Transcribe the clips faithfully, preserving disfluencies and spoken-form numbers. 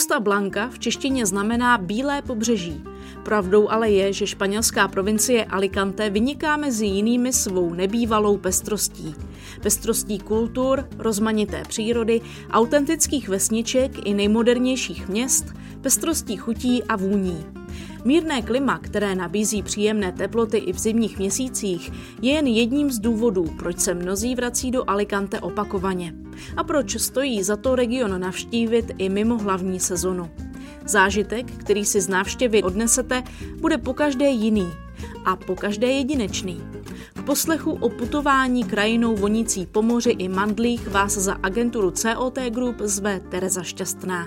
Costa Blanca v češtině znamená bílé pobřeží. Pravdou ale je, že španělská provincie Alicante vyniká mezi jinými svou nebývalou pestrostí. Pestrostí kultur, rozmanité přírody, autentických vesniček i nejmodernějších měst, pestrostí chutí a vůní. Mírné klima, které nabízí příjemné teploty i v zimních měsících, je jen jedním z důvodů, proč se mnozí vrací do Alicante opakovaně a proč stojí za to region navštívit i mimo hlavní sezonu. Zážitek, který si z návštěvy odnesete, bude pokaždé jiný a pokaždé jedinečný. K poslechu o putování krajinou vonící po moři i mandlích vás za agenturu C O T Group zve Tereza Šťastná.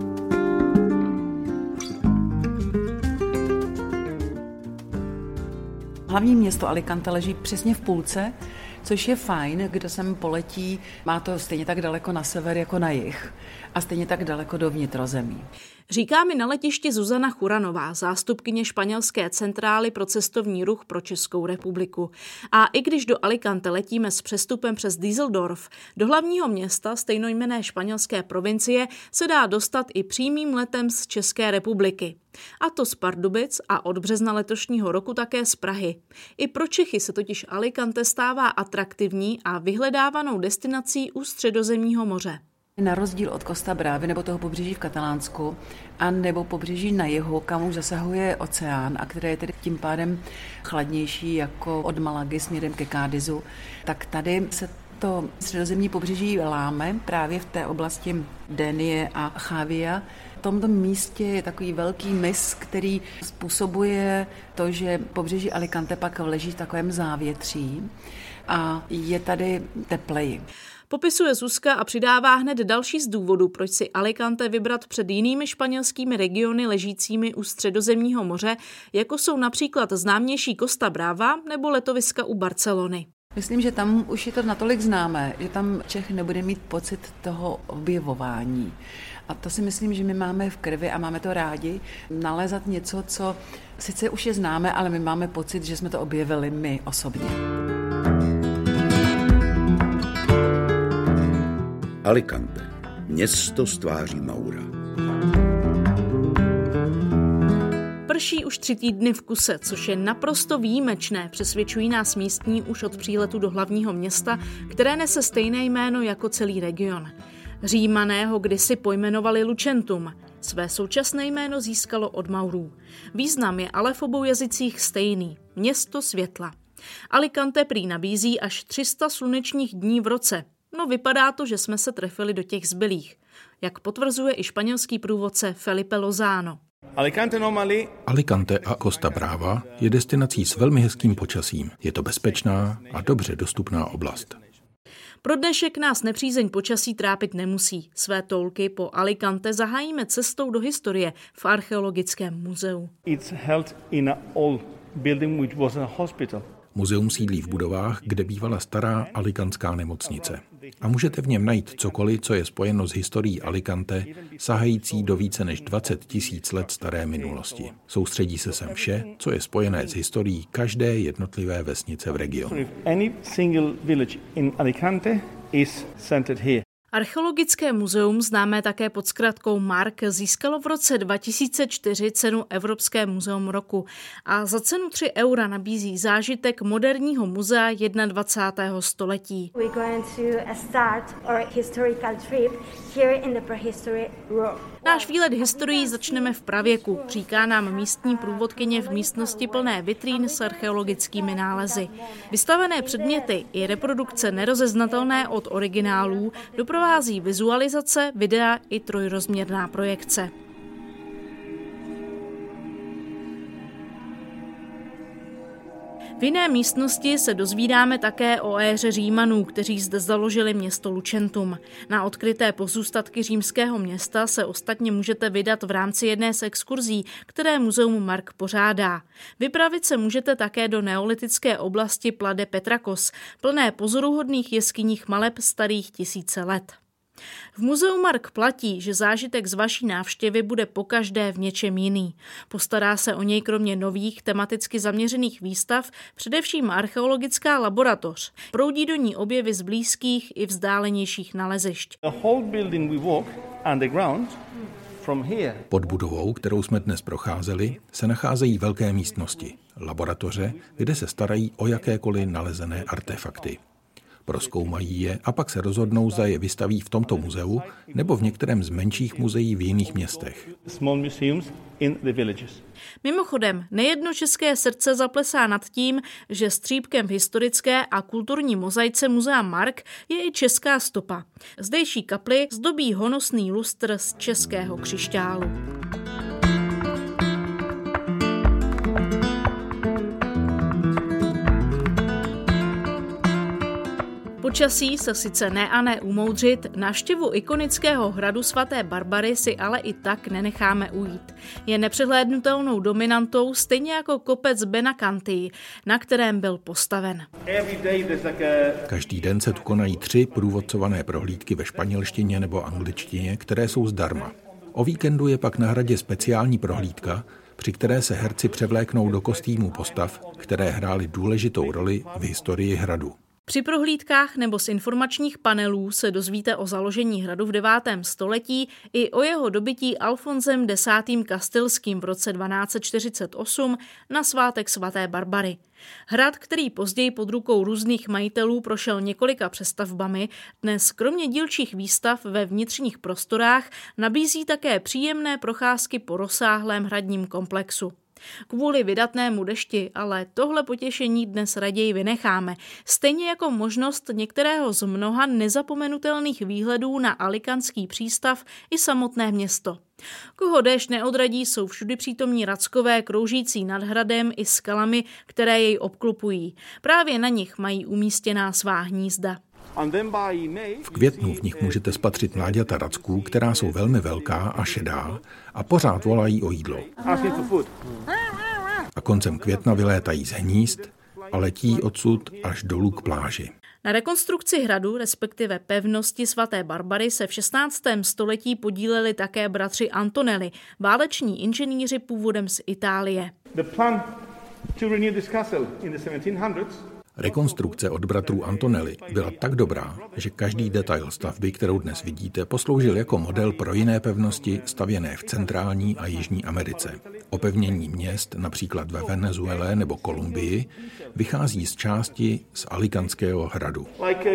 Hlavní město Alicante leží přesně v půlce, což je fajn, kdo sem poletí, má to stejně tak daleko na sever jako na jih a stejně tak daleko do vnitrozemí. Říká mi na letišti Zuzana Churanová, zástupkyně španělské centrály pro cestovní ruch pro Českou republiku. A i když do Alicante letíme s přestupem přes Düsseldorf, do hlavního města stejnojmenné španělské provincie se dá dostat i přímým letem z České republiky. A to z Pardubic a od března letošního roku také z Prahy. I pro Čechy se totiž Alicante stává atraktivní a vyhledávanou destinací u Středozemního moře. Na rozdíl od Costa Bravy nebo toho pobřeží v Katalánsku a nebo pobřeží na jihu, kam už zasahuje oceán a které je tedy tím pádem chladnější jako od Malagy směrem ke Cádizu, tak tady se to středozemní pobřeží láme právě v té oblasti Dénie a Chavia. V tomto místě je takový velký mys, který způsobuje to, že pobřeží Alicante pak leží v takovém závětří a je tady tepleji. Popisuje Zuzka a přidává hned další z důvodů, proč si Alicante vybrat před jinými španělskými regiony ležícími u Středozemního moře, jako jsou například známější Costa Brava nebo letoviska u Barcelony. Myslím, že tam už je to natolik známé, že tam Čech nebude mít pocit toho objevování. A to si myslím, že my máme v krvi a máme to rádi, nalézat něco, co sice už je známe, ale my máme pocit, že jsme to objevili my osobně. Alicante, město z tváří Maura. Prší už tři týdny v kuse, což je naprosto výjimečné, přesvědčují nás místní už od příletu do hlavního města, které nese stejné jméno jako celý region. Římané ho kdysi pojmenovali Lucentum. Své současné jméno získalo od Maurů. Význam je ale v obou jazycích stejný – město světla. Alicante prý nabízí až tři sta slunečních dní v roce. No vypadá to, že jsme se trefili do těch zbylých, jak potvrzuje i španělský průvodce Felipe Lozano. Alicante, normally... Alicante a Costa Brava je destinací s velmi hezkým počasím. Je to bezpečná a dobře dostupná oblast. Pro dnešek nás nepřízeň počasí trápit nemusí. Své toulky po Alicante zahájíme cestou do historie v archeologickém muzeu. It's held in an old building which was a hospital. Muzeum sídlí v budovách, kde bývala stará alicantská nemocnice. A můžete v něm najít cokoliv, co je spojeno s historií Alicante, sahající do více než dvacet tisíc let staré minulosti. Soustředí se sem vše, co je spojené s historií každé jednotlivé vesnice v regionu. Archeologické muzeum, známé také pod zkratkou Mark, získalo v roce dva tisíce čtyři cenu Evropské muzeum roku a za cenu tři eura nabízí zážitek moderního muzea dvacátého prvního století. Náš výlet historií začneme v pravěku, říká nám místní průvodkyně v místnosti plné vitrín s archeologickými nálezy. Vystavené předměty i reprodukce nerozeznatelné od originálů doprovází vizualizace, videa i trojrozměrná projekce. V jiné místnosti se dozvídáme také o éře Římanů, kteří zde založili město Lucentum. Na odkryté pozůstatky římského města se ostatně můžete vydat v rámci jedné z exkurzí, které muzeum Mark pořádá. Vypravit se můžete také do neolitické oblasti Plade Petrakos, plné pozoruhodných jeskyních maleb starých tisíce let. V muzeu Mark platí, že zážitek z vaší návštěvy bude pokaždé v něčem jiný. Postará se o něj kromě nových tematicky zaměřených výstav především archeologická laboratoř. Proudí do ní objevy z blízkých i vzdálenějších nalezišť. The whole building we walk underground Pod budovou, kterou jsme dnes procházeli, se nacházejí velké místnosti, laboratoře, kde se starají o jakékoliv nalezené artefakty. Prozkoumají je a pak se rozhodnou, zda je vystaví v tomto muzeu nebo v některém z menších muzeí v jiných městech. Mimochodem, nejedno české srdce zaplesá nad tím, že střípkem v historické a kulturní mozaice muzea Mark je i česká stopa. Zdejší kapli zdobí honosný lustr z českého křišťálu. Počasí se sice ne a ne umoudřit, návštěvu ikonického hradu svaté Barbary si ale i tak nenecháme ujít. Je nepřehlédnutelnou dominantou stejně jako kopec Benacantii, na kterém byl postaven. Každý den se tu konají tři průvodcované prohlídky ve španělštině nebo angličtině, které jsou zdarma. O víkendu je pak na hradě speciální prohlídka, při které se herci převléknou do kostýmů postav, které hrály důležitou roli v historii hradu. Při prohlídkách nebo z informačních panelů se dozvíte o založení hradu v devátém století i o jeho dobytí Alfonsem desátým Kastilským v roce dvanáct set čtyřicet osm na svátek svaté Barbary. Hrad, který později pod rukou různých majitelů prošel několika přestavbami, dnes kromě dílčích výstav ve vnitřních prostorách nabízí také příjemné procházky po rozsáhlém hradním komplexu. Kvůli vydatnému dešti ale tohle potěšení dnes raději vynecháme, stejně jako možnost některého z mnoha nezapomenutelných výhledů na alicantský přístav i samotné město. Koho déšť neodradí, jsou všudy přítomní rackové kroužící nad hradem i skalami, které jej obklopují. Právě na nich mají umístěná svá hnízda. V květnu v nich můžete spatřit mláďata racků, která jsou velmi velká a šedá a pořád volají o jídlo. A koncem května vylétají z hnízd a letí odsud až dolů k pláži. Na rekonstrukci hradu, respektive pevnosti svaté Barbary, se v šestnáctém století podíleli také bratři Antonelli, váleční inženýři původem z Itálie. Rekonstrukce od bratrů Antonelli byla tak dobrá, že každý detail stavby, kterou dnes vidíte, posloužil jako model pro jiné pevnosti stavěné v centrální a jižní Americe. Opevnění měst, například ve Venezuele nebo Kolumbii, vychází z části z Alicantského hradu.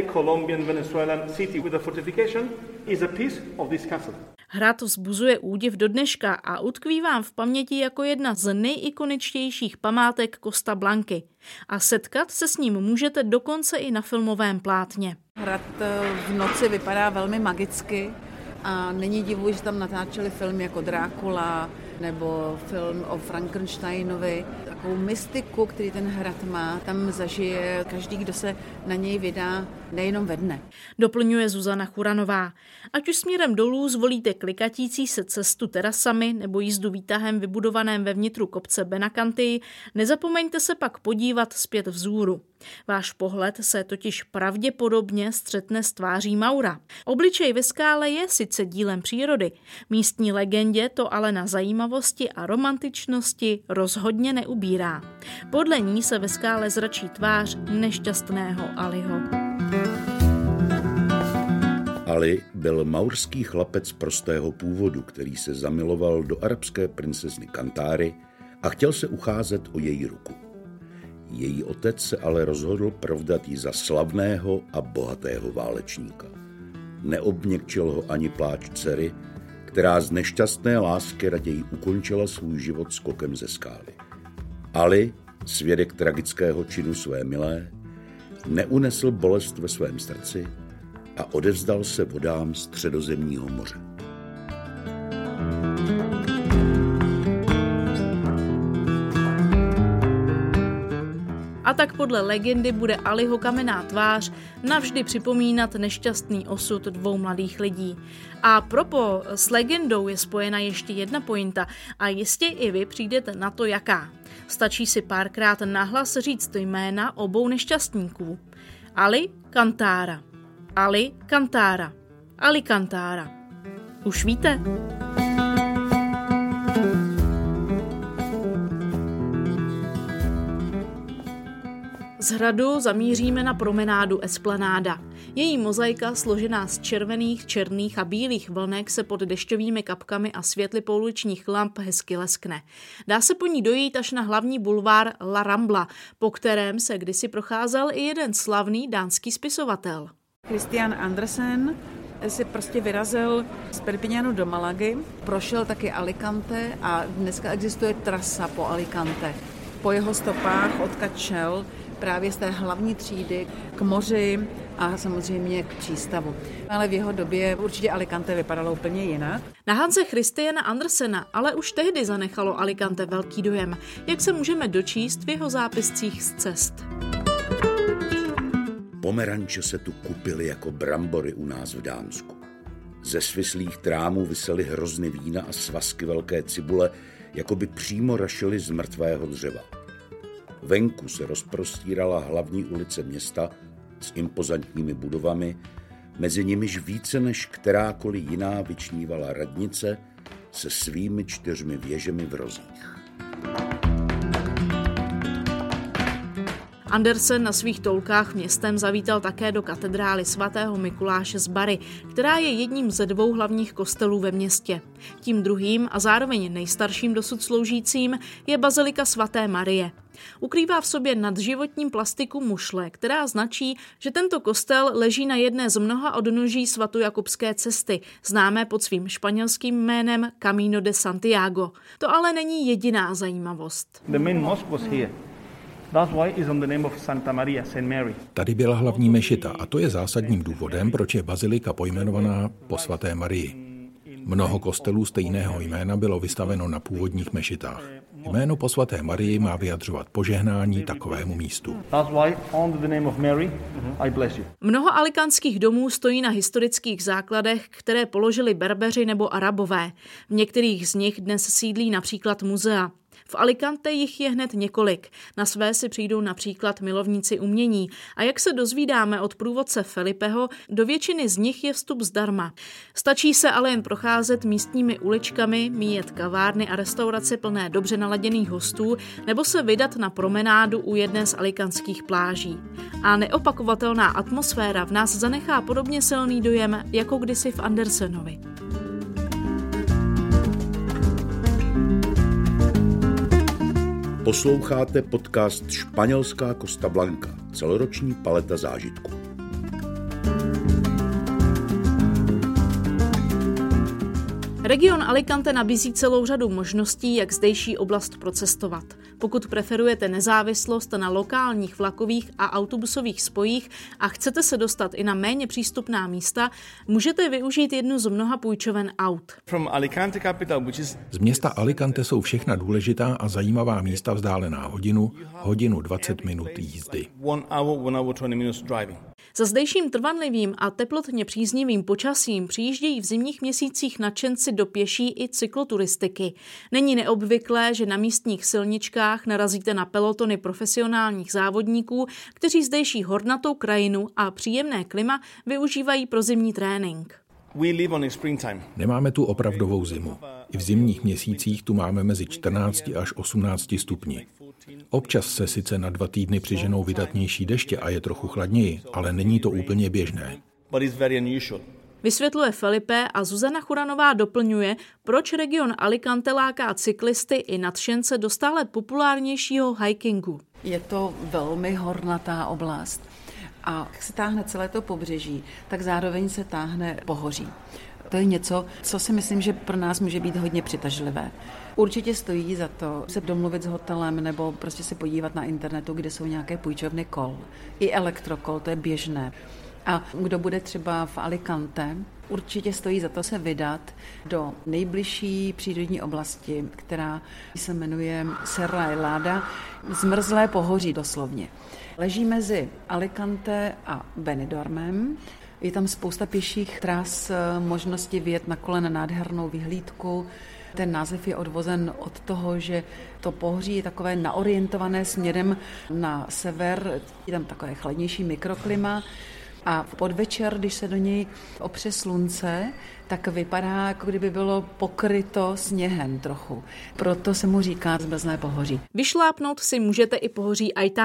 Hrad vzbuzuje údiv do dneška a utkví vám v paměti jako jedna z nejikoničtějších památek Costa Blanky. A setkat se s ním můžete dokonce i na filmovém plátně. Hrad v noci vypadá velmi magicky a není divu, že tam natáčeli film jako Drákula nebo film o Frankensteinovi. Takovou mystiku, který ten hrad má, tam zažije každý, kdo se na něj vydá, nejenom ve dne. Doplňuje Zuzana Churanová. Ať už směrem dolů zvolíte klikatící se cestu terasami nebo jízdu výtahem vybudovaném ve vnitru kopce Benacantii, nezapomeňte se pak podívat zpět vzhůru. Váš pohled se totiž pravděpodobně střetne s tváří Maura. Obličej ve skále je sice dílem přírody, místní legendě to ale na zajímavosti a romantičnosti rozhodně neubírá. Podle ní se ve skále zračí tvář nešťastného Aliho. Ali byl maurský chlapec prostého původu, který se zamiloval do arabské princezny Kantáry a chtěl se ucházet o její ruku. Její otec se ale rozhodl provdat ji za slavného a bohatého válečníka. Neobměkčil ho ani pláč dcery, která z nešťastné lásky raději ukončila svůj život skokem ze skály. Ali, svědek tragického činu své milé, neunesl bolest ve svém srdci a odevzdal se vodám Středozemního moře. A tak podle legendy bude Aliho kamenná tvář navždy připomínat nešťastný osud dvou mladých lidí. A propo, s legendou je spojena ještě jedna pointa a jistě i vy přijdete na to jaká. Stačí si párkrát nahlas říct jména obou nešťastníků. Ali Kantára. Ali Kantára. Ali Kantára. Už víte? Z hradu zamíříme na promenádu Esplanáda. Její mozaika, složená z červených, černých a bílých vlnek, se pod dešťovými kapkami a světly pouličních lamp hezky leskne. Dá se po ní dojít až na hlavní bulvár La Rambla, po kterém se kdysi procházel i jeden slavný dánský spisovatel. Christian Andersen si prostě vyrazil z Perpignanu do Malagy, prošel taky Alicante a dneska existuje trasa po Alicante. Po jeho stopách odkud šel právě z té hlavní třídy k moři a samozřejmě k přístavu. Ale v jeho době určitě Alicante vypadalo úplně jinak. Na Hanse Christiana Andersena ale už tehdy zanechalo Alicante velký dojem, jak se můžeme dočíst v jeho zápiscích z cest. Pomeranče se tu kupily jako brambory u nás v Dánsku. Ze svislých trámů visely hrozny vína a svazky velké cibule, jako by přímo rašily z mrtvého dřeva. Venku se rozprostírala hlavní ulice města s impozantními budovami, mezi nimiž více než kterákoliv jiná vyčnívala radnice se svými čtyřmi věžemi v rozích. Andersen na svých toulkách městem zavítal také do katedrály svatého Mikuláše z Bari, která je jedním ze dvou hlavních kostelů ve městě. Tím druhým a zároveň nejstarším dosud sloužícím je bazilika svaté Marie. Ukrývá v sobě nadživotním plastiku mušle, která značí, že tento kostel leží na jedné z mnoha odnoží svatojakubské cesty, známé pod svým španělským jménem Camino de Santiago. To ale není jediná zajímavost. The main mosque was here. That's why it's on the name of Santa Maria, Saint Mary. Tady byla hlavní mešita a to je zásadním důvodem, proč je bazilika pojmenovaná po svaté Marii. Mnoho kostelů stejného jména bylo vystaveno na původních mešitách. Jméno po svaté Marii má vyjadřovat požehnání takovému místu. That's why under the name of Mary, I bless you. Mnoho alikantských domů stojí na historických základech, které položili Berbeři nebo Arabové. V některých z nich dnes sídlí například muzea. V Alicante jich je hned několik. Na své si přijdou například milovníci umění a jak se dozvídáme od průvodce Felipeho, do většiny z nich je vstup zdarma. Stačí se ale jen procházet místními uličkami, míjet kavárny a restaurace plné dobře naladěných hostů nebo se vydat na promenádu u jedné z alikantských pláží. A neopakovatelná atmosféra v nás zanechá podobně silný dojem jako kdysi v Andersenovi. Posloucháte podcast Španělská Costa Blanca, celoroční paleta zážitků. Region Alicante nabízí celou řadu možností, jak zdejší oblast procestovat. Pokud preferujete nezávislost na lokálních vlakových a autobusových spojích a chcete se dostat i na méně přístupná místa, můžete využít jednu z mnoha půjčoven aut. Z města Alicante jsou všechna důležitá a zajímavá místa vzdálená hodinu, hodinu dvacet minut jízdy. Za zdejším trvanlivým a teplotně příznivým počasím přijíždějí v zimních měsících nadšenci do pěší i cykloturistiky. Není neobvyklé, že na místních silničkách narazíte na pelotony profesionálních závodníků, kteří zdejší hornatou krajinu a příjemné klima využívají pro zimní trénink. Nemáme tu opravdovou zimu. I v zimních měsících tu máme mezi čtrnácti až osmnácti stupni. Občas se sice na dva týdny přiženou vydatnější deště a je trochu chladněji, ale není to úplně běžné. Vysvětluje Felipe a Zuzana Churanová doplňuje, proč region Alicante láká cyklisty i nadšence do stále populárnějšího hikingu. Je to velmi hornatá oblast a jak se táhne celé to pobřeží, tak zároveň se táhne pohoří. To je něco, co si myslím, že pro nás může být hodně přitažlivé. Určitě stojí za to se domluvit s hotelem nebo prostě se podívat na internetu, kde jsou nějaké půjčovny kol. I elektrokol, to je běžné. A kdo bude třeba v Alicante, určitě stojí za to se vydat do nejbližší přírodní oblasti, která se jmenuje Serra Helada, zmrzlé pohoří doslovně. Leží mezi Alicante a Benidormem. Je tam spousta pěších tras, možnosti vyjet na kole na nádhernou vyhlídku. Ten název je odvozen od toho, že to pohoří je takové naorientované směrem na sever, je tam takové chladnější mikroklima a v podvečer, když se do něj opře slunce, tak vypadá, jako kdyby bylo pokryto sněhem trochu. Proto se mu říká zmrzlé pohoří. Vyšlápnout si můžete i pohoří Aitana.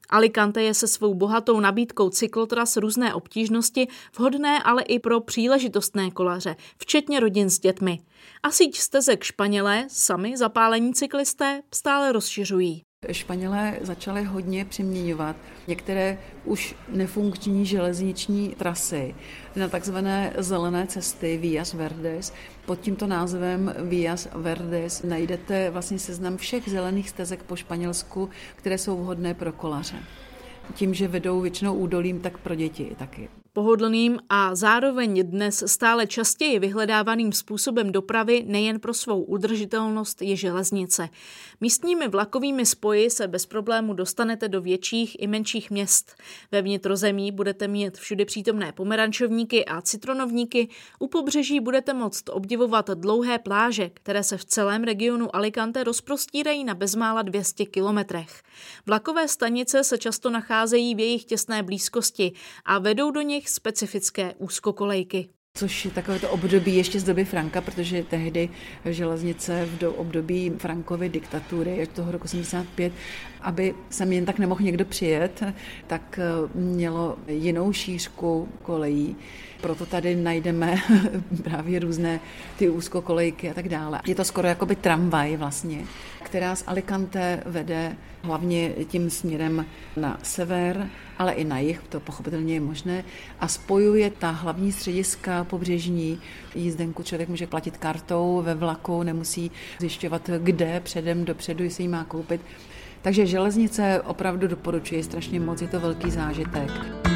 Alicante je se svou bohatou nabídkou cyklotras různé obtížnosti vhodné ale i pro příležitostné kolaře, včetně rodin s dětmi. A síť stezek Španělé, sami zapálení cyklisté, stále rozšiřují. Španělé začali hodně přeměňovat některé už nefunkční železniční trasy na takzvané zelené cesty Vías Verdes. Pod tímto názvem Vías Verdes najdete vlastně seznam všech zelených stezek po Španělsku, které jsou vhodné pro kolaře. Tím, že vedou většinou údolím, tak pro děti taky. Pohodlným a zároveň dnes stále častěji vyhledávaným způsobem dopravy nejen pro svou udržitelnost je železnice. Místními vlakovými spoji se bez problému dostanete do větších i menších měst. Ve vnitrozemí budete mít všude přítomné pomerančovníky a citronovníky, u pobřeží budete moct obdivovat dlouhé pláže, které se v celém regionu Alicante rozprostírají na bezmála dvě stě kilometrech. Vlakové stanice se často nacházejí v jejich těsné blízkosti a vedou do nich specifické úzkokolejky. Což je takové to období ještě z doby Franka, protože tehdy železnice v do období Frankovy diktatury, až toho roku osmdesát pět, aby sem jen tak nemohl někdo přijet, tak mělo jinou šířku kolejí. Proto tady najdeme právě různé ty úzkokolejky a tak dále. Je to skoro jako by tramvaj vlastně, která z Alicante vede hlavně tím směrem na sever, ale i na jih, to pochopitelně je možné, a spojuje ta hlavní střediska pobřežní. Jízdenku člověk může platit kartou ve vlaku, nemusí zjišťovat, kde předem dopředu, jestli ji má koupit. Takže železnice opravdu doporučuji strašně moc, je to velký zážitek.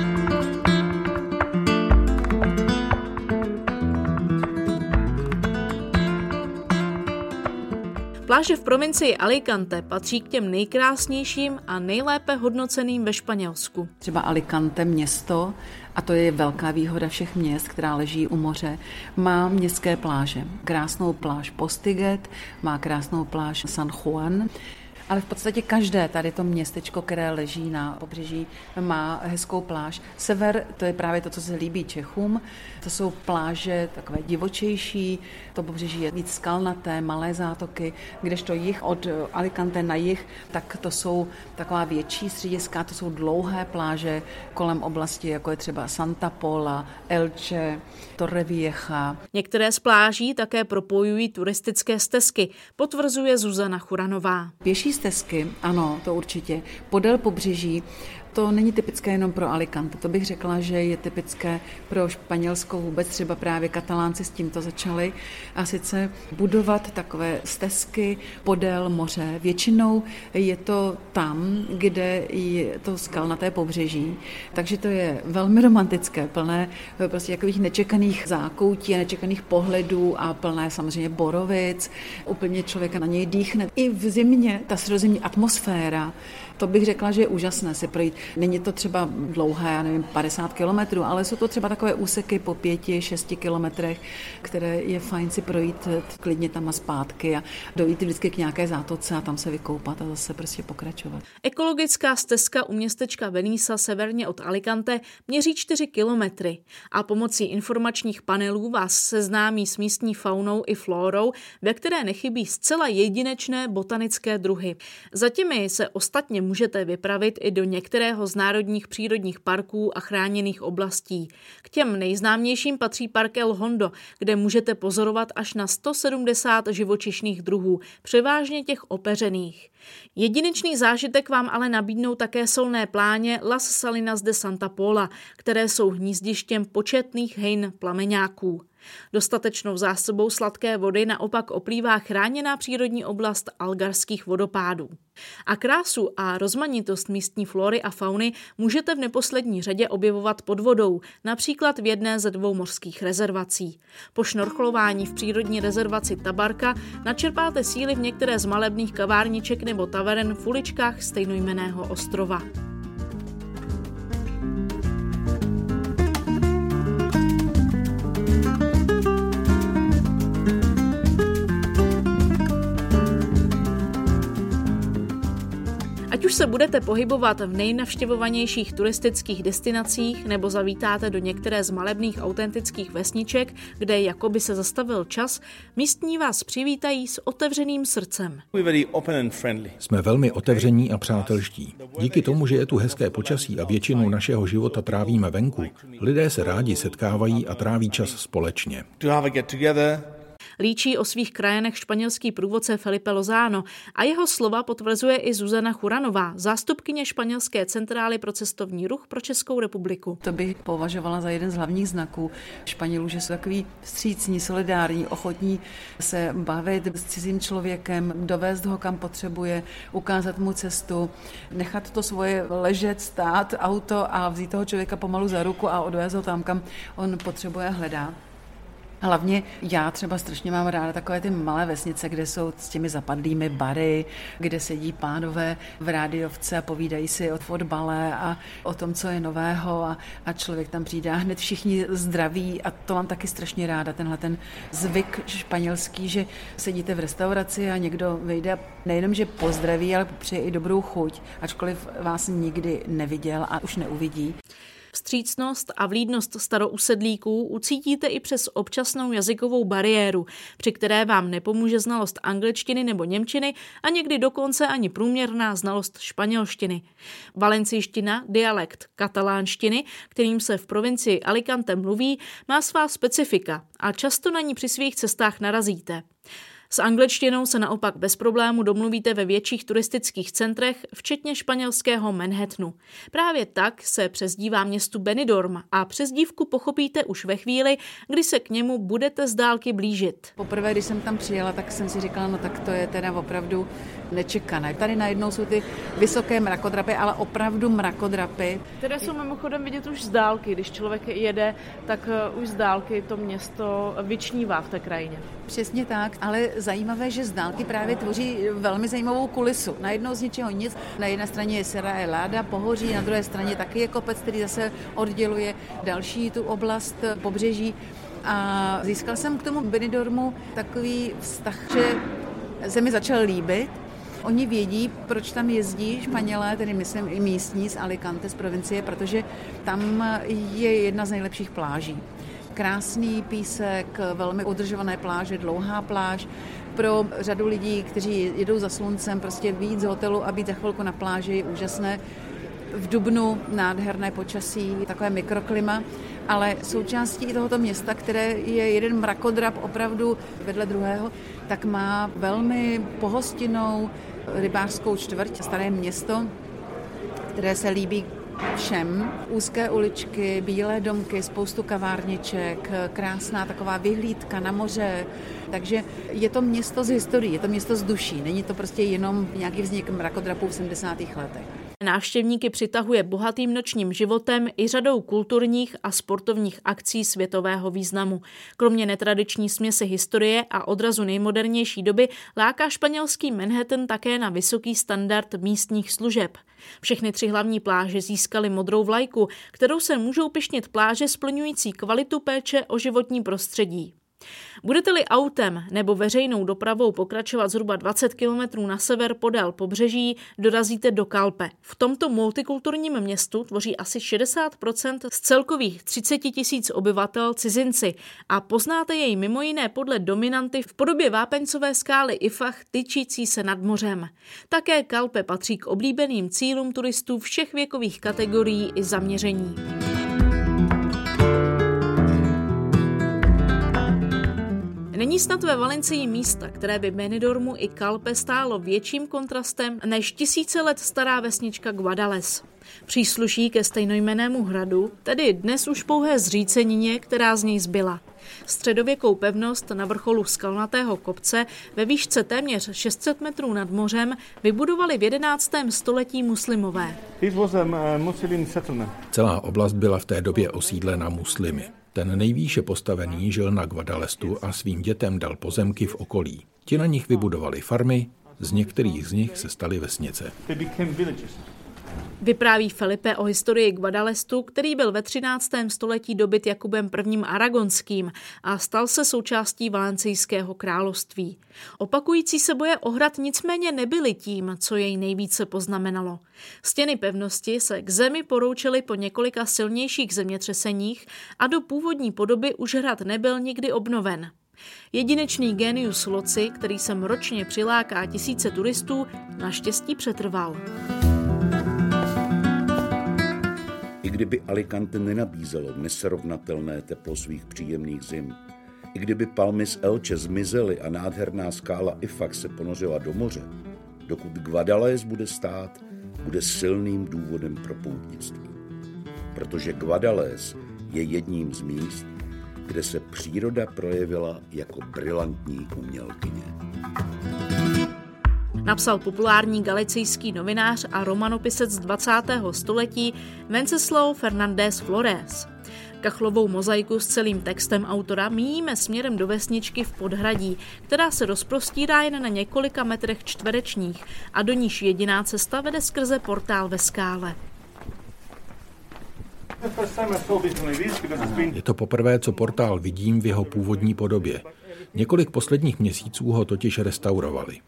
Pláže v provincii Alicante patří k těm nejkrásnějším a nejlépe hodnoceným ve Španělsku. Třeba Alicante město, a to je velká výhoda všech měst, která leží u moře, má městské pláže. Krásnou pláž Postiguet, má krásnou pláž San Juan, ale v podstatě každé tady to městečko, které leží na pobřeží, má hezkou pláž. Sever, to je právě to, co se líbí Čechům. To jsou pláže takové divočejší, to pobřeží je víc skalnaté, malé zátoky, kdežto jih od Alicante na jih, tak to jsou taková větší střediska, to jsou dlouhé pláže kolem oblasti, jako je třeba Santa Pola, Elche, Torrevieja. Některé z pláží také propojují turistické stezky, potvrzuje Zuzana Churanová. Pěší stezky, ano, to určitě. Podél pobřeží, to není typické jenom pro Alicante, to bych řekla, že je typické pro Španělsko vůbec, třeba právě Katalánci s tímto začali, a sice budovat takové stezky podél moře. Většinou je to tam, kde je to skalnaté pobřeží, takže to je velmi romantické, plné prostě takových nečekaných zákoutí, nečekaných pohledů a plné samozřejmě borovic. Úplně člověka na něj dýchne. I v zimě ta středozemní atmosféra, to bych řekla, že je úžasné si projít. Není to třeba dlouhé, já nevím, padesát kilometrů, ale jsou to třeba takové úseky po pěti, šesti kilometrech, které je fajn si projít klidně tam a zpátky a dojít vždycky k nějaké zátoce a tam se vykoupat a zase prostě pokračovat. Ekologická stezka u městečka Benissa severně od Alicante měří čtyři kilometry a pomocí informačních panelů vás seznámí s místní faunou i flórou, ve které nechybí zcela jedinečné botanické druhy. Za těmi se ostatně můžete vypravit i do některého z národních přírodních parků a chráněných oblastí. K těm nejznámějším patří park El Hondo, kde můžete pozorovat až na sto sedmdesát živočišných druhů, převážně těch opeřených. Jedinečný zážitek vám ale nabídnou také solné pláně Las Salinas de Santa Pola, které jsou hnízdištěm početných hejn plameňáků. Dostatečnou zásobou sladké vody naopak oplývá chráněná přírodní oblast algarských vodopádů. A krásu a rozmanitost místní flory a fauny můžete v neposlední řadě objevovat pod vodou, například v jedné ze dvou mořských rezervací. Po šnorchlování v přírodní rezervaci Tabarka načerpáte síly v některé z malebných kavárniček nebo taveren v uličkách stejnojmenného ostrova. Ať už se budete pohybovat v nejnavštěvovanějších turistických destinacích nebo zavítáte do některé z malebných autentických vesniček, kde jakoby se zastavil čas, místní vás přivítají s otevřeným srdcem. Jsme velmi otevření a přátelští. Díky tomu, že je tu hezké počasí a většinu našeho života trávíme venku, lidé se rádi setkávají a tráví čas společně. Líčí o svých krajanech španělský průvodce Felipe Lozano a jeho slova potvrzuje i Zuzana Churanová, zástupkyně španělské centrály pro cestovní ruch pro Českou republiku. To bych považovala za jeden z hlavních znaků Španělů, že jsou takový vstřícní, solidární, ochotní se bavit s cizím člověkem, dovést ho kam potřebuje, ukázat mu cestu, nechat to svoje ležet, stát, auto a vzít toho člověka pomalu za ruku a odvést ho tam, kam on potřebuje hledat. Hlavně já třeba strašně mám ráda takové ty malé vesnice, kde jsou s těmi zapadlými bary, kde sedí pánové v rádiovce a povídají si o fotbale a o tom, co je nového a, a člověk tam přijde a hned všichni zdraví a to mám taky strašně ráda, tenhle ten zvyk španělský, že sedíte v restauraci a někdo vyjde a nejenom, že pozdraví, ale přeje i dobrou chuť, ačkoliv vás nikdy neviděl a už neuvidí. Vstřícnost a vlídnost starousedlíků ucítíte i přes občasnou jazykovou bariéru, při které vám nepomůže znalost angličtiny nebo němčiny a někdy dokonce ani průměrná znalost španělštiny. Valencijština, dialekt katalánštiny, kterým se v provincii Alicante mluví, má svá specifika a často na ní při svých cestách narazíte. S angličtinou se naopak bez problému domluvíte ve větších turistických centrech, včetně španělského Manhattanu. Právě tak se přezdívá městu Benidorm a přezdívku pochopíte už ve chvíli, kdy se k němu budete z dálky blížit. Poprvé, když jsem tam přijela, tak jsem si říkala, no tak to je teda opravdu nečekané. Tady najednou jsou ty vysoké mrakodrapy, ale opravdu mrakodrapy. Které jsou mimochodem vidět už z dálky. Když člověk jede, tak už z dálky to město vyčnívá v té krajině. Přesně tak, ale zajímavé, že z dálky právě tvoří velmi zajímavou kulisu. Najednou z ničeho nic. Na jedné straně je Sierra Helada, pohoří, na druhé straně taky je kopec, který zase odděluje další tu oblast pobřeží. A získal jsem k tomu Benidormu takový vztah, že se mi začal líbit. Oni vědí, proč tam jezdí Španělé, tedy myslím i místní z Alicante, z provincie, protože tam je jedna z nejlepších pláží. Krásný písek, velmi udržované pláže, dlouhá pláž. Pro řadu lidí, kteří jedou za sluncem, prostě vyjít z hotelu a být za chvilku na pláži je úžasné. V dubnu nádherné počasí, takové mikroklima, ale součástí tohoto města, které je jeden mrakodrap opravdu vedle druhého, tak má velmi pohostinnou rybářskou čtvrť, staré město, které se líbí všem. Úzké uličky, bílé domky, spoustu kavárniček, krásná taková vyhlídka na moře. Takže je to město z historií, je to město z duší. Není to prostě jenom nějaký vznik mrakodrapů v sedmdesátých letech. Návštěvníky přitahuje bohatým nočním životem i řadou kulturních a sportovních akcí světového významu. Kromě netradiční směsi historie a odrazu nejmodernější doby láká španělský Manhattan také na vysoký standard místních služeb. Všechny tři hlavní pláže získaly modrou vlajku, kterou se můžou pyšnit pláže splňující kvalitu péče o životní prostředí. Budete-li autem nebo veřejnou dopravou pokračovat zhruba dvacet kilometrů na sever podél pobřeží, dorazíte do Calpe. V tomto multikulturním městu tvoří asi šedesát procent z celkových třicet tisíc obyvatel cizinci a poznáte jej mimo jiné podle dominanty v podobě vápencové skály Ifach tyčící se nad mořem. Také Calpe patří k oblíbeným cílům turistů všech věkových kategorií i zaměření. Není snad ve Valencii místa, které by Benidormu i Calpe stálo větším kontrastem než tisíce let stará vesnička Guadalest. Přísluší ke stejnojmennému hradu, tedy dnes už pouhé zřícenině, která z něj zbyla. Středověkou pevnost na vrcholu skalnatého kopce ve výšce téměř šest set metrů nad mořem vybudovali v jedenáctém století muslimové. Celá oblast byla v té době osídlena muslimy. Ten nejvýše postavený žil na Guadalestu a svým dětem dal pozemky v okolí. Ti na nich vybudovali farmy, z některých z nich se staly vesnice. Vypráví Felipe o historii Guadalestu, který byl ve třináctém století dobyt Jakubem prvním Aragonským a stal se součástí Valencijského království. Opakující se boje o hrad nicméně nebyly tím, co jej nejvíce poznamenalo. Stěny pevnosti se k zemi poroučily po několika silnějších zemětřeseních a do původní podoby už hrad nebyl nikdy obnoven. Jedinečný genius loci, který sem ročně přiláká tisíce turistů, naštěstí přetrval. I kdyby Alicante nenabízelo nesrovnatelné teplo svých příjemných zim, i kdyby palmy z Elche zmizely a nádherná skála Ifax se ponořila do moře, dokud Guadalest bude stát, bude silným důvodem pro poutnictví. Protože Guadalest je jedním z míst, kde se příroda projevila jako brilantní umělkyně. Napsal populární galicijský novinář a romanopisec dvacátého století Wenceslao Fernández Flores. Kachlovou mozaiku s celým textem autora míjíme směrem do vesničky v Podhradí, která se rozprostírá jen na několika metrech čtverečních a do níž jediná cesta vede skrze portál ve skále. Je to poprvé, co portál vidím v jeho původní podobě. Několik posledních měsíců ho totiž restaurovali.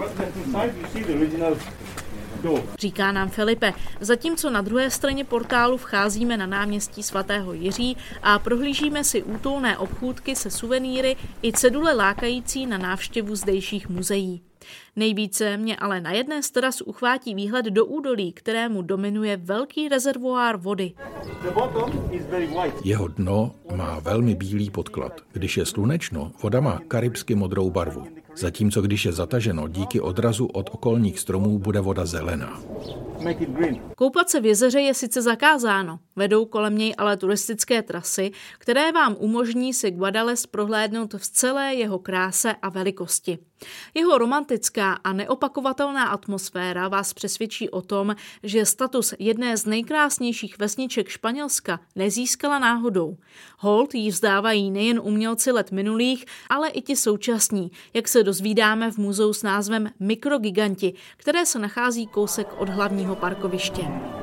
Říká nám Felipe, zatímco na druhé straně portálu vcházíme na náměstí svatého Jiří a prohlížíme si útulné obchůdky se suvenýry i cedule lákající na návštěvu zdejších muzeí. Nejvíce mě ale na jedné z teras uchvátí výhled do údolí, kterému dominuje velký rezervoár vody. Jeho dno má velmi bílý podklad. Když je slunečno, voda má karibsky modrou barvu. Zatímco když je zataženo, díky odrazu od okolních stromů bude voda zelená. Koupat se v jezeře je sice zakázáno, vedou kolem něj ale turistické trasy, které vám umožní si Guadalest prohlédnout v celé jeho kráse a velikosti. Jeho romantická a neopakovatelná atmosféra vás přesvědčí o tom, že status jedné z nejkrásnějších vesniček Španělska nezískala náhodou. Hold jí vzdávají nejen umělci let minulých, ale i ti současní, jak se dozvídáme v muzeu s názvem Mikrogiganti, které se nachází kousek od hlavního parkoviště.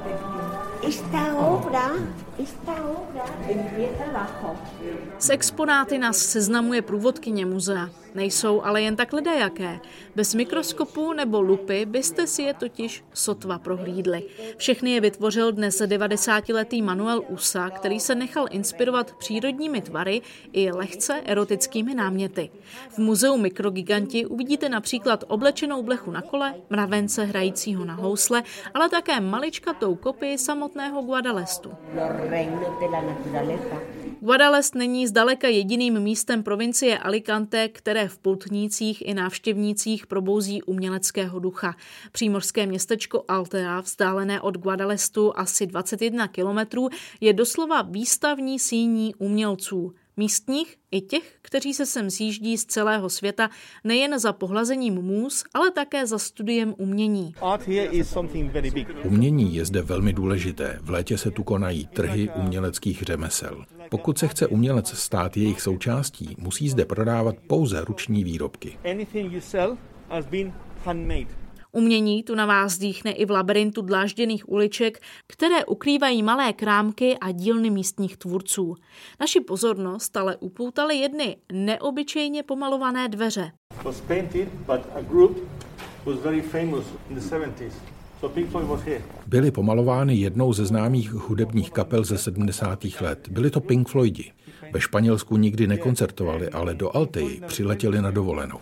S exponáty nás seznamuje průvodkyně muzea. Nejsou ale jen tak ledajaké. Bez mikroskopu nebo lupy byste si je totiž sotva prohlídli. Všechny je vytvořil dnes devadesátiletý Manuel Usa, který se nechal inspirovat přírodními tvary i lehce erotickými náměty. V muzeu Mikrogiganti uvidíte například oblečenou blechu na kole, mravence hrajícího na housle, ale také maličkatou kopii samotného Guadalestu. Guadalest není zdaleka jediným místem provincie Alicante, které v poutnících i návštěvnících probouzí uměleckého ducha. Přímořské městečko Altea, vzdálené od Guadalestu asi dvacet jedna kilometrů, je doslova výstavní síní umělců. Místních i těch, kteří se sem sjíždí z celého světa nejen za pohlazením můz, ale také za studiem umění. Umění je zde velmi důležité. V létě se tu konají trhy uměleckých řemesel. Pokud se chce umělec stát jejich součástí, musí zde prodávat pouze ruční výrobky. Umění tu na vás dýchne i v labirintu dlážděných uliček, které ukrývají malé krámky a dílny místních tvůrců. Naši pozornost ale upoutaly jedny neobyčejně pomalované dveře. Byly pomalovány jednou ze známých hudebních kapel ze sedmdesátých let. Byli to Pink Floydi. Ve Španělsku nikdy nekoncertovali, ale do Alteji přiletěli na dovolenou.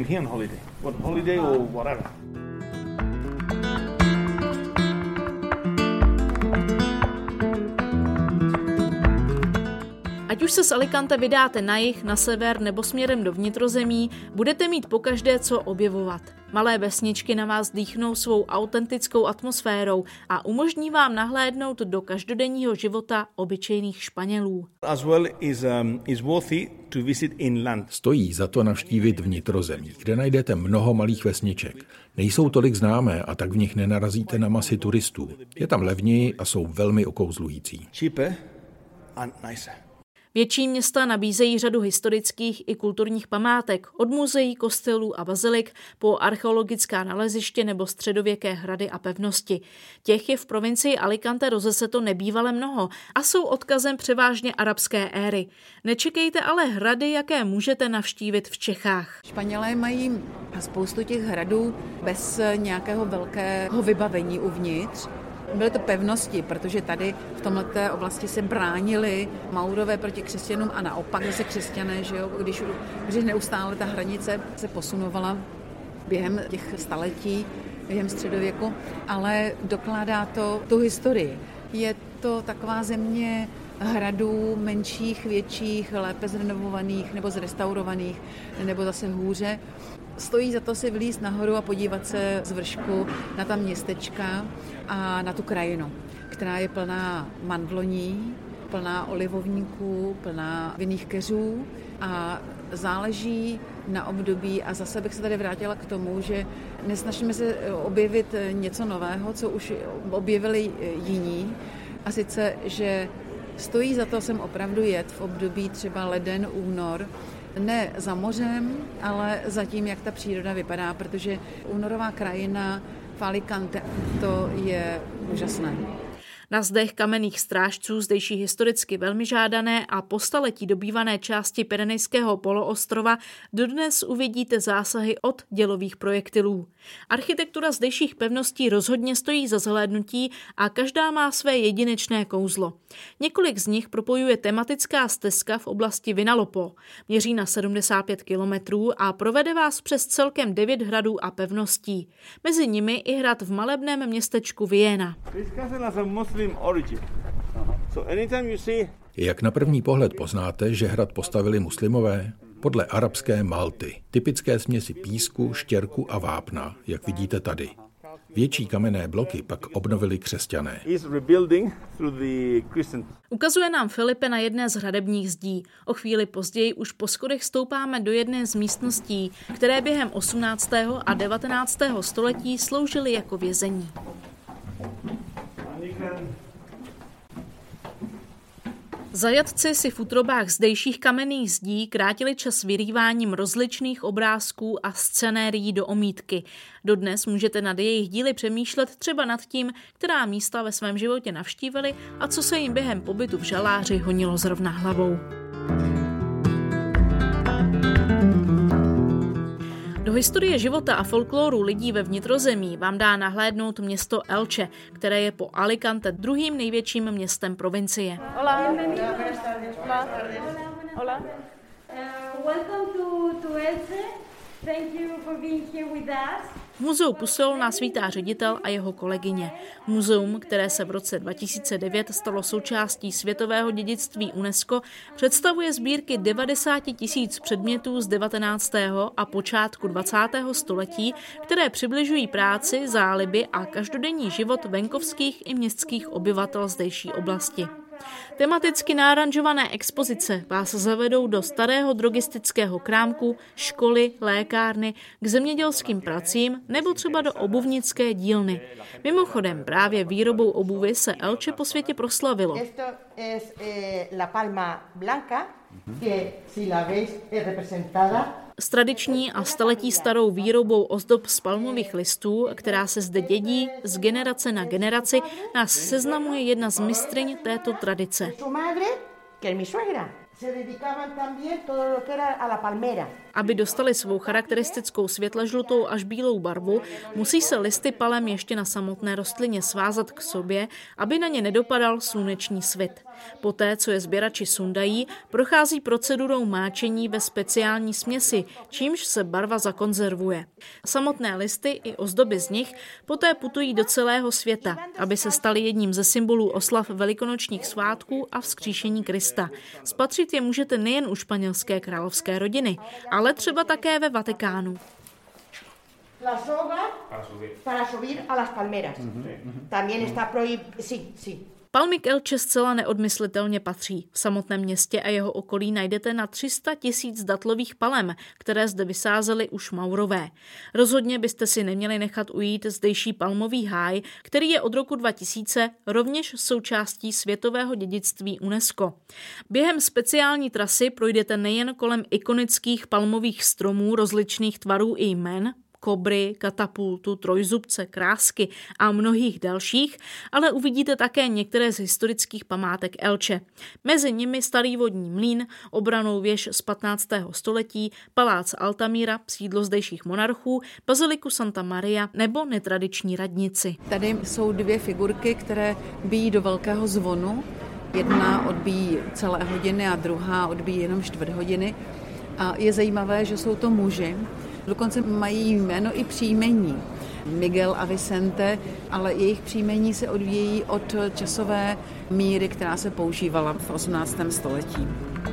Ať už se z Alicante vydáte na jih, na sever nebo směrem do vnitrozemí, budete mít pokaždé co objevovat. Malé vesničky na vás dýchnou svou autentickou atmosférou a umožní vám nahlédnout do každodenního života obyčejných Španělů. Stojí za to navštívit vnitrozemí, kde najdete mnoho malých vesniček. Nejsou tolik známé a tak v nich nenarazíte na masy turistů. Je tam levněji a jsou velmi okouzlující. Větší města nabízejí řadu historických i kulturních památek, od muzeí, kostelů a bazilik po archeologická naleziště nebo středověké hrady a pevnosti. Těch je v provincii Alicante rozeseto nebývale mnoho a jsou odkazem převážně arabské éry. Nečekejte ale hrady, jaké můžete navštívit v Čechách. Španělé mají spoustu těch hradů bez nějakého velkého vybavení uvnitř. Byly to pevnosti, protože tady v tomhleté oblasti se bránili Maurové proti křesťanům a naopak zase křesťané, že jo, když, když neustále ta hranice se posunovala během těch staletí, během středověku, ale dokládá to tu historii. Je to taková země hradů menších, větších, lépe zrenovovaných nebo zrestaurovaných, nebo zase hůře. Stojí za to si vylízt nahoru a podívat se z vršku na ta městečka a na tu krajinu, která je plná mandloní, plná olivovníků, plná vinných keřů a záleží na období. A zase bych se tady vrátila k tomu, že nesnažíme se objevit něco nového, co už objevili jiní, a sice, že stojí za to sem opravdu jet v období třeba leden, únor, ne za mořem, ale za tím, jak ta příroda vypadá, protože únorová krajina v Alicante, to je úžasné. Na zdech kamenných strážců, zdejší historicky velmi žádané a po staletí dobývané části Pyrenejského poloostrova, dodnes uvidíte zásahy od dělových projektilů. Architektura zdejších pevností rozhodně stojí za zhlédnutí a každá má své jedinečné kouzlo. Několik z nich propojuje tematická stezka v oblasti Vinalopó. Měří na sedmdesát pět kilometrů a provede vás přes celkem devět hradů a pevností. Mezi nimi i hrad v malebném městečku Viena. Jak na první pohled poznáte, že hrad postavili muslimové? Podle arabské malty, typické směsi písku, štěrku a vápna, jak vidíte tady. Větší kamenné bloky pak obnovili křesťané. Ukazuje nám Filipe na jedné z hradebních zdí. O chvíli později už po schodech stoupáme do jedné z místností, které během osmnáctého a devatenáctého století sloužily jako vězení. Zajatci si v útrobách zdejších kamenných zdí krátili čas vyrýváním rozličných obrázků a scenérií do omítky. Dodnes můžete nad jejich díly přemýšlet třeba nad tím, která místa ve svém životě navštívili a co se jim během pobytu v žaláři honilo zrovna hlavou. Do historie života a folkloru lidí ve vnitrozemí vám dá nahlédnout město Elche, které je po Alicante druhým největším městem provincie. Hola. Hola. Hola. Welcome to, to Elche. Thank you for being here with us. V muzeu Pusol nás vítá ředitel a jeho kolegyně. Muzeum, které se v roce dva tisíce devět stalo součástí světového dědictví UNESCO, představuje sbírky devadesát tisíc předmětů z devatenáctého a počátku dvacátého století, které přibližují práci, záliby a každodenní život venkovských i městských obyvatel zdejší oblasti. Tematicky náranžované expozice vás zavedou do starého drogistického krámku, školy, lékárny, k zemědělským pracím nebo třeba do obuvnické dílny. Mimochodem, právě výrobou obuvy se Elche po světě proslavilo. S tradiční a staletí starou výrobou ozdob z palmových listů, která se zde dědí z generace na generaci, nás seznamuje jedna z mistryň této tradice. Aby dostali svou charakteristickou světle-žlutou až bílou barvu, musí se listy palem ještě na samotné rostlině svázat k sobě, aby na ně nedopadal sluneční svit. Poté, co je sběrači sundají, prochází procedurou máčení ve speciální směsi, čímž se barva zakonzervuje. Samotné listy i ozdoby z nich poté putují do celého světa, aby se staly jedním ze symbolů oslav velikonočních svátků a vzkříšení Krista. Spatřit je můžete nejen u španělské královské rodiny, ale třeba také ve Vatikánu. La soga para subir a las palmeras. También está prohibido. Sí, sí. Palmy k Elche zcela neodmyslitelně patří. V samotném městě a jeho okolí najdete na tři sta tisíc datlových palem, které zde vysázeli už Maurové. Rozhodně byste si neměli nechat ujít zdejší palmový háj, který je od roku dva tisíce rovněž součástí světového dědictví UNESCO. Během speciální trasy projdete nejen kolem ikonických palmových stromů rozličných tvarů i jmen, kobry, katapultu, trojzubce, krásky a mnohých dalších, ale uvidíte také některé z historických památek Elche. Mezi nimi starý vodní mlýn, obrannou věž z patnáctého století, palác Altamira, sídlo zdejších monarchů, baziliku Santa Maria nebo netradiční radnici. Tady jsou dvě figurky, které bijí do velkého zvonu. Jedna odbíjí celé hodiny a druhá odbíjí jenom čtvrt hodiny. A je zajímavé, že jsou to muži. Dokonce mají jméno i příjmení. Miguel a Vicente, ale jejich příjmení se odvíjejí od časové míry, která se používala v osmnáctém století.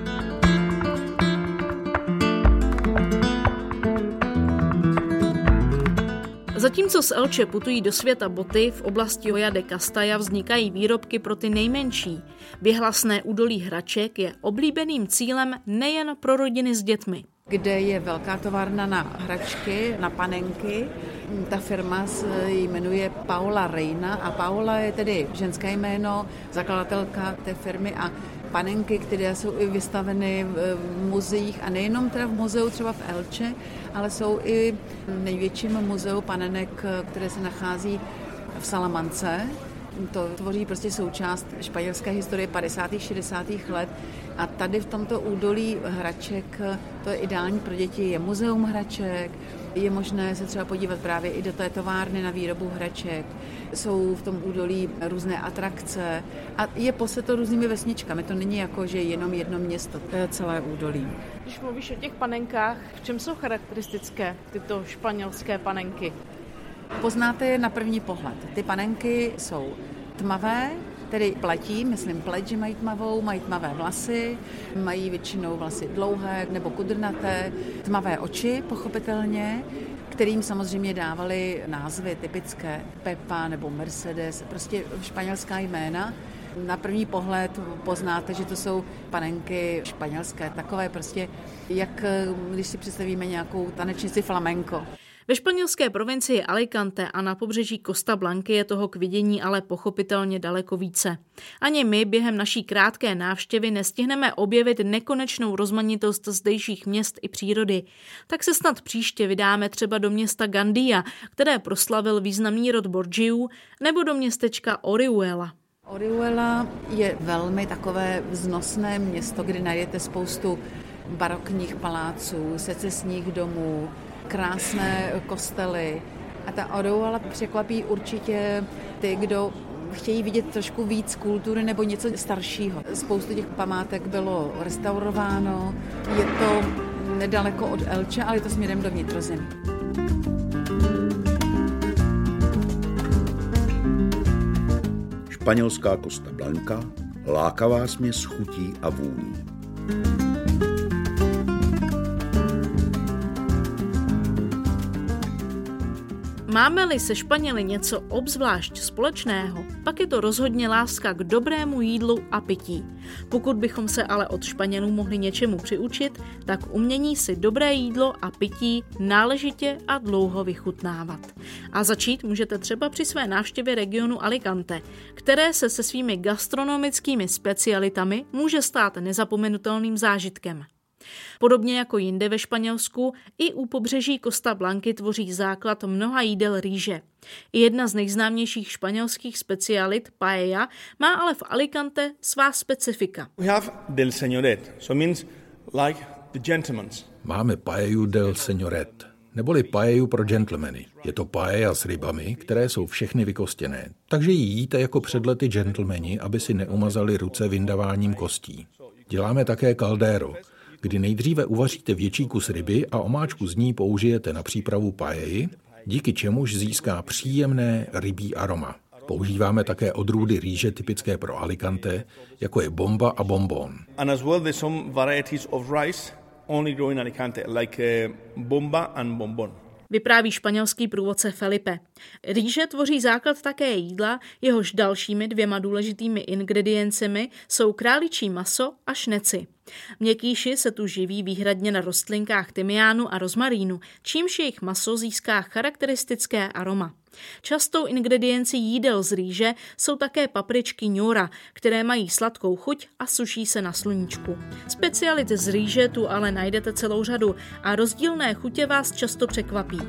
Zatímco z Elche putují do světa boty, v oblasti Hoya de Castalla vznikají výrobky pro ty nejmenší. Věhlasné údolí Hraček je oblíbeným cílem nejen pro rodiny s dětmi. Kde je velká továrna na hračky, na panenky. Ta firma se jmenuje Paola Reina a Paola je tedy ženské jméno, zakladatelka té firmy a panenky, které jsou i vystaveny v muzeích a nejenom teda v muzeu třeba v Elche, ale jsou i v největším muzeu panenek, které se nachází v Salamance. To tvoří prostě součást španělské historie padesátých šedesátých let a tady v tomto údolí hraček to je ideální pro děti, je muzeum hraček, je možné se třeba podívat právě i do té továrny na výrobu hraček, jsou v tom údolí různé atrakce a je poseto různými vesničkami, to není jako, že jenom jedno město, to je celé údolí. Když mluvíš o těch panenkách, v čem jsou charakteristické tyto španělské panenky? Poznáte je na první pohled. Ty panenky jsou tmavé, tedy pletí, myslím pleť, že mají tmavou, mají tmavé vlasy, mají většinou vlasy dlouhé nebo kudrnaté, tmavé oči, pochopitelně, kterým samozřejmě dávali názvy typické Pepa nebo Mercedes, prostě španělská jména. Na první pohled poznáte, že to jsou panenky španělské, takové prostě, jak když si představíme nějakou tanečnici flamenco. Ve španělské provincii Alicante a na pobřeží Costa Blanky je toho k vidění ale pochopitelně daleko více. Ani my během naší krátké návštěvy nestihneme objevit nekonečnou rozmanitost zdejších měst i přírody. Tak se snad příště vydáme třeba do města Gandia, které proslavil významný rod Borgiů, nebo do městečka Orihuela. Orihuela je velmi takové vznosné město, kde najdete spoustu barokních paláců, secesních domů, krásné kostely. A ta Orihuela překvapí určitě ty, kdo chtějí vidět trošku víc kultury nebo něco staršího. Spoustu těch památek bylo restaurováno. Je to nedaleko od Elche, ale je to směrem do vnitrozemí. Španělská Costa Blanca, lákavá směs chutí a vůní. Máme-li se Španěli něco obzvlášť společného, pak je to rozhodně láska k dobrému jídlu a pití. Pokud bychom se ale od Španělů mohli něčemu přiučit, tak umění si dobré jídlo a pití náležitě a dlouho vychutnávat. A začít můžete třeba při své návštěvě regionu Alicante, které se se svými gastronomickými specialitami může stát nezapomenutelným zážitkem. Podobně jako jinde ve Španělsku, i u pobřeží Costa Blanky tvoří základ mnoha jídel rýže. I jedna z nejznámějších španělských specialit, paella, má ale v Alicante svá specifika. We have del señoret, so means like the gentleman's. Máme paellu del señoret, neboli paellu pro gentlemany. Je to paella s rybami, které jsou všechny vykostěné, takže ji jíte jako před lety gentlemani, aby si neumazali ruce vyndaváním kostí. Děláme také caldero, kdy nejdříve uvaříte větší kus ryby a omáčku z ní použijete na přípravu paelly, díky čemuž získá příjemné rybí aroma. Používáme také odrůdy rýže typické pro Alicante, jako je bomba a bonbon. And as well there's some varieties of rice only grow in Alicante, like uh, bomba and bonbon. vypráví španělský průvodce Felipe. Rýže tvoří základ také jídla, jehož dalšími dvěma důležitými ingrediencemi jsou králičí maso a šneci. Měkkýši se tu živí výhradně na rostlinkách tymiánu a rozmarínu, čímž jejich maso získá charakteristické aroma. Častou ingrediencí jídel z rýže jsou také papričky ñora, které mají sladkou chuť a suší se na sluníčku. Specialit z rýže tu ale najdete celou řadu a rozdílné chutě vás často překvapí.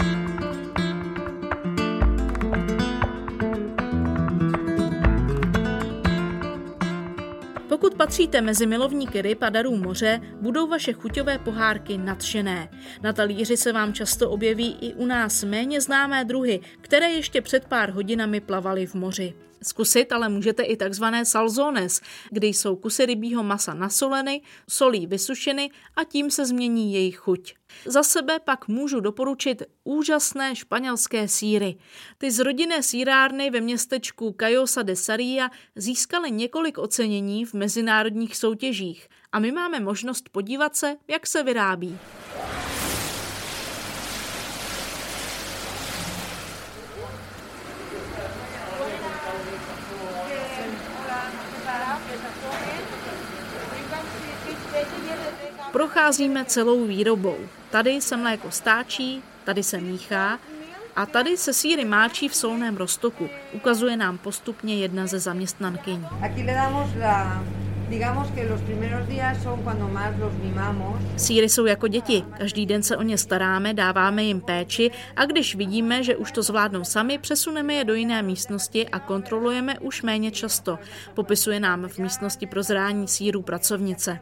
Pokud patříte mezi milovníky ryb a darů moře, budou vaše chuťové pohárky nadšené. Na talíři se vám často objeví i u nás méně známé druhy, které ještě před pár hodinami plavaly v moři. Zkusit ale můžete i takzvané salzones, kde jsou kusy rybího masa nasoleny, solí vysušeny a tím se změní jejich chuť. Za sebe pak můžu doporučit úžasné španělské sýry. Ty z rodinné sýrárny ve městečku Callosa de Sarria získaly několik ocenění v mezinárodních soutěžích a my máme možnost podívat se, jak se vyrábí. Procházíme celou výrobou. Tady se mléko stáčí, tady se míchá a tady se sýry máčí v solném roztoku. Ukazuje nám postupně jedna ze zaměstnankyň. Sýry jsou jako děti. Každý den se o ně staráme, dáváme jim péči a když vidíme, že už to zvládnou sami, přesuneme je do jiné místnosti a kontrolujeme už méně často. Popisuje nám v místnosti pro zrání sýrů pracovnice.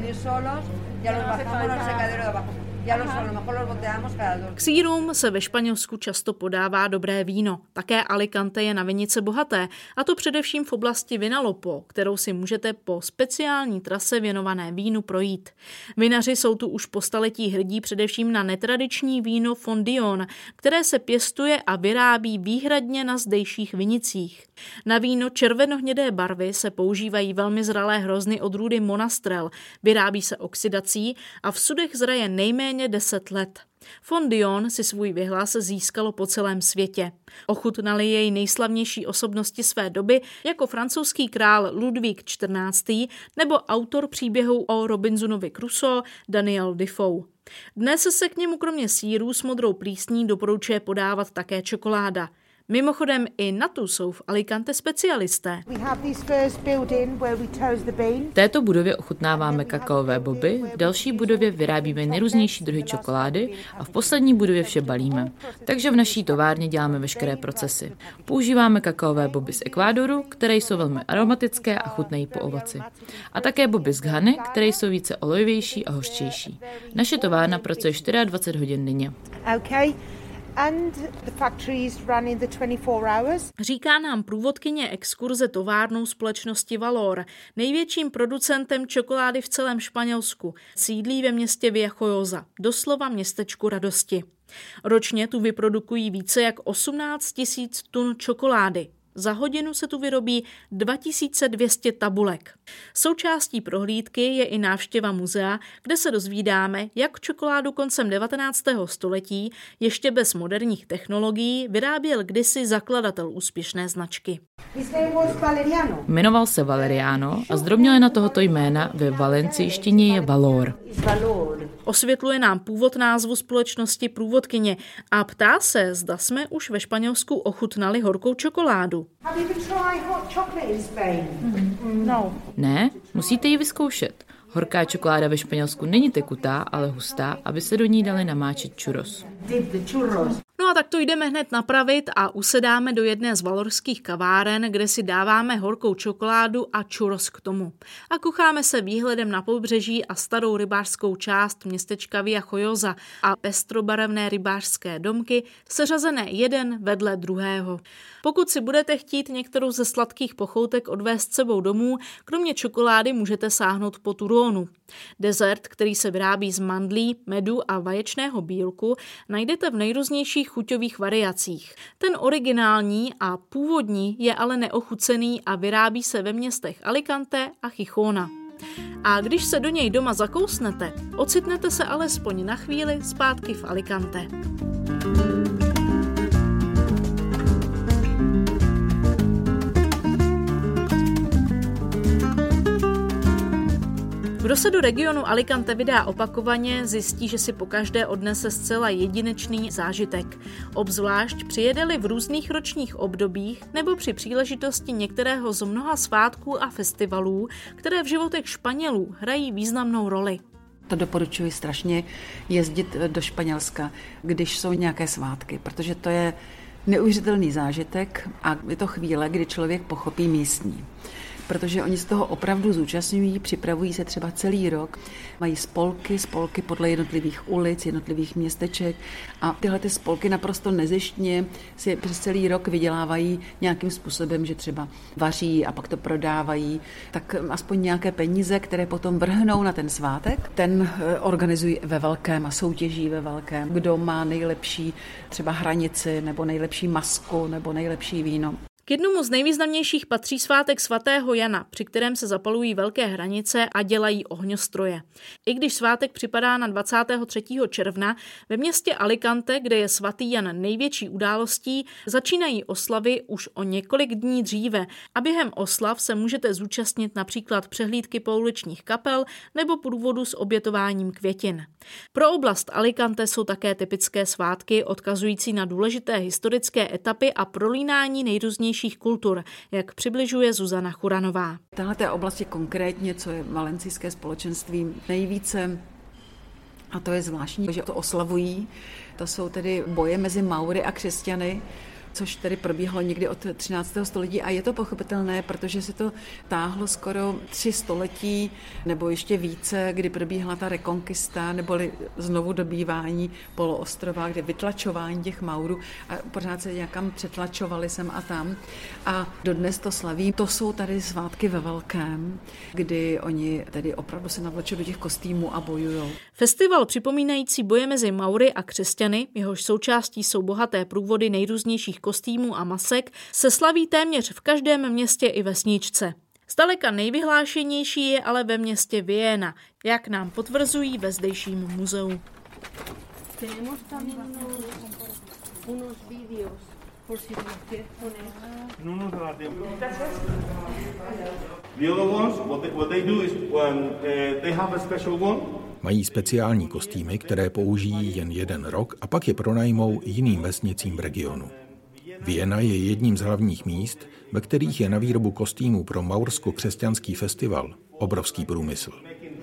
K sýrům se ve Španělsku často podává dobré víno. Také Alicante je na vinice bohaté, a to především v oblasti Vinalopó, kterou si můžete po speciální trase věnované vínu projít. Vinaři jsou tu už po staletí hrdí především na netradiční víno Fondion, které se pěstuje a vyrábí výhradně na zdejších vinicích. Na víno červenohnědé barvy se používají velmi zralé hrozny odrůdy Monastrell, vyrábí se oxidací a v sudech zraje nejméně deset let. Fondion si svůj vyhlas získalo po celém světě. Ochutnali jej nejslavnější osobnosti své doby, jako francouzský král Ludvík čtrnáctý nebo autor příběhů o Robinsonovi Crusoe Daniel Defoe. Dnes se k němu kromě sýrů s modrou plísní doporučuje podávat také čokoláda. Mimochodem i na tu jsou v Alicante specialisté. V této budově ochutnáváme kakaové boby, v další budově vyrábíme nejrůznější druhy čokolády a v poslední budově vše balíme. Takže v naší továrně děláme veškeré procesy. Používáme kakaové boby z Ekvádoru, které jsou velmi aromatické a chutnají po ovoci. A také boby z Ghany, které jsou více olivější a hořčejší. Naše továrna pracuje dvacet čtyři hodin denně. Okay. And the factories run in the twenty-four hours. Říká nám průvodkyně exkurze továrnou společnosti Valor, největším producentem čokolády v celém Španělsku. Sídlí ve městě Villajoyosa, doslova městečku radosti. Ročně tu vyprodukují více jak osmnáct tisíc tun čokolády. Za hodinu se tu vyrobí dva tisíce dvě stě tabulek. Součástí prohlídky je i návštěva muzea, kde se dozvídáme, jak čokoládu koncem devatenáctého století ještě bez moderních technologií vyráběl kdysi zakladatel úspěšné značky. Jmenoval se Valeriano a zdrobnělina tohoto jména ve valencejštině je Valor. Osvětluje nám původ názvu společnosti průvodkyně a ptá se, zda jsme už ve Španělsku ochutnali horkou čokoládu. No. Ne, musíte ji vyzkoušet. Horká čokoláda ve Španělsku není tekutá, ale hustá, aby se do ní dali namáčet churros. No a tak to jdeme hned napravit a usedáme do jedné z valorských kaváren, kde si dáváme horkou čokoládu a churros k tomu. A kucháme se výhledem na pobřeží a starou rybářskou část městečka Villajoyosa a pestrobarevné rybářské domky seřazené jeden vedle druhého. Pokud si budete chtít některou ze sladkých pochoutek odvést sebou domů, kromě čokolády můžete sáhnout po turonu. Dezert, který se vyrábí z mandlí, medu a vaječného bílku, najdete v nejrůznějších chuťových variacích. Ten originální a původní je ale neochucený a vyrábí se ve městech Alicante a Gijona. A když se do něj doma zakousnete, ocitnete se alespoň na chvíli zpátky v Alicante. Kdo se do regionu Alicante vydá opakovaně, zjistí, že si pokaždé odnese zcela jedinečný zážitek. Obzvlášť přijede-li v různých ročních obdobích nebo při příležitosti některého z mnoha svátků a festivalů, které v životech Španělů hrají významnou roli. To doporučuji strašně jezdit do Španělska, když jsou nějaké svátky, protože to je neuvěřitelný zážitek a je to chvíle, kdy člověk pochopí místní. Protože oni z toho opravdu zúčastňují, připravují se třeba celý rok, mají spolky, spolky podle jednotlivých ulic, jednotlivých městeček a tyhle ty spolky naprosto nezištně si přes celý rok vydělávají nějakým způsobem, že třeba vaří a pak to prodávají, tak aspoň nějaké peníze, které potom vrhnou na ten svátek, ten organizují ve velkém a soutěží ve velkém, kdo má nejlepší třeba hranici nebo nejlepší masku nebo nejlepší víno. K jednomu z nejvýznamnějších patří svátek svatého Jana, při kterém se zapalují velké hranice a dělají ohňostroje. I když svátek připadá na dvacátého třetího června, ve městě Alicante, kde je svatý Jan největší událostí, začínají oslavy už o několik dní dříve a během oslav se můžete zúčastnit například přehlídky pouličních kapel nebo průvodu s obětováním květin. Pro oblast Alicante jsou také typické svátky odkazující na důležité historické etapy a prolínání nejrůznějších kultur, jak přibližuje Zuzana Churanová. Tahle oblast je konkrétně, co je valencijské společenství nejvíce, a to je zvláštní, že to oslavují. To jsou tedy boje mezi Maury a křesťany, což tedy probíhalo někdy od třináctého století a je to pochopitelné, protože se to táhlo skoro tři století nebo ještě více, kdy probíhala ta rekonkista neboli znovu dobývání poloostrova, kde vytlačování těch Maurů a pořád se někam přetlačovali sem a tam a dodnes to slaví. To jsou tady svátky ve velkém, kdy oni tedy opravdu se navlečou do těch kostýmů a bojujou. Festival připomínající boje mezi Maury a křesťany, jehož součástí jsou bohaté průvody nejrůznějších kostýmů a masek, se slaví téměř v každém městě i vesničce. Zdaleka nejvyhlášenější je ale ve městě Viena, jak nám potvrzují ve zdejším muzeu. Mají speciální kostýmy, které použijí jen jeden rok a pak je pronajmou jiným vesnicím v regionu. Viena je jedním z hlavních míst, ve kterých je na výrobu kostýmů pro maursko-křesťanský festival obrovský průmysl.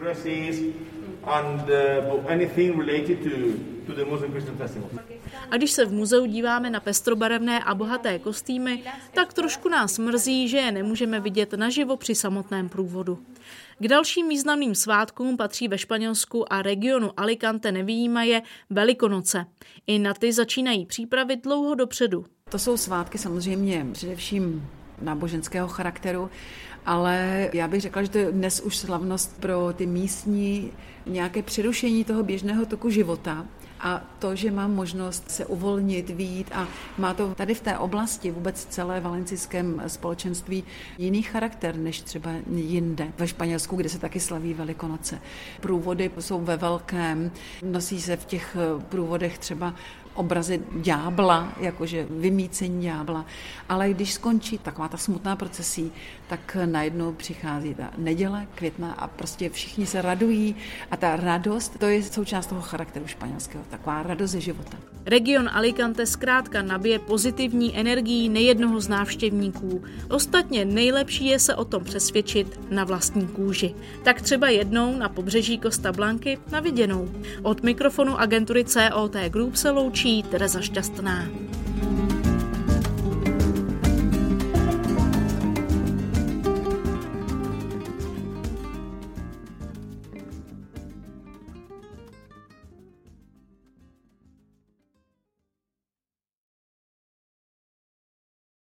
A když se v muzeu díváme na pestrobarevné a bohaté kostýmy, tak trošku nás mrzí, že je nemůžeme vidět naživo při samotném průvodu. K dalším významným svátkům patří ve Španělsku a regionu Alicante nevyjímaje Velikonoce. I na ty začínají přípravy dlouho dopředu. To jsou svátky samozřejmě především náboženského charakteru, ale já bych řekla, že to je dnes už slavnost pro ty místní nějaké přerušení toho běžného toku života a to, že mám možnost se uvolnit, vyjít a má to tady v té oblasti vůbec celé valencijském společenství jiný charakter než třeba jinde ve Španělsku, kde se taky slaví Velikonoce. Průvody jsou ve velkém, nosí se v těch průvodech třeba obrazy ďábla, jakože vymýcení ďábla. Ale když skončí taková ta smutná procesí, tak najednou přichází ta neděle, května a prostě všichni se radují a ta radost, to je součást toho charakteru španělského, taková radost ze života. Region Alicante zkrátka nabije pozitivní energií nejednoho z návštěvníků. Ostatně nejlepší je se o tom přesvědčit na vlastní kůži. Tak třeba jednou na pobřeží Costa Blanky na viděnou. Od mikrofonu agentury C O T Group se loučí Tereza Šťastná.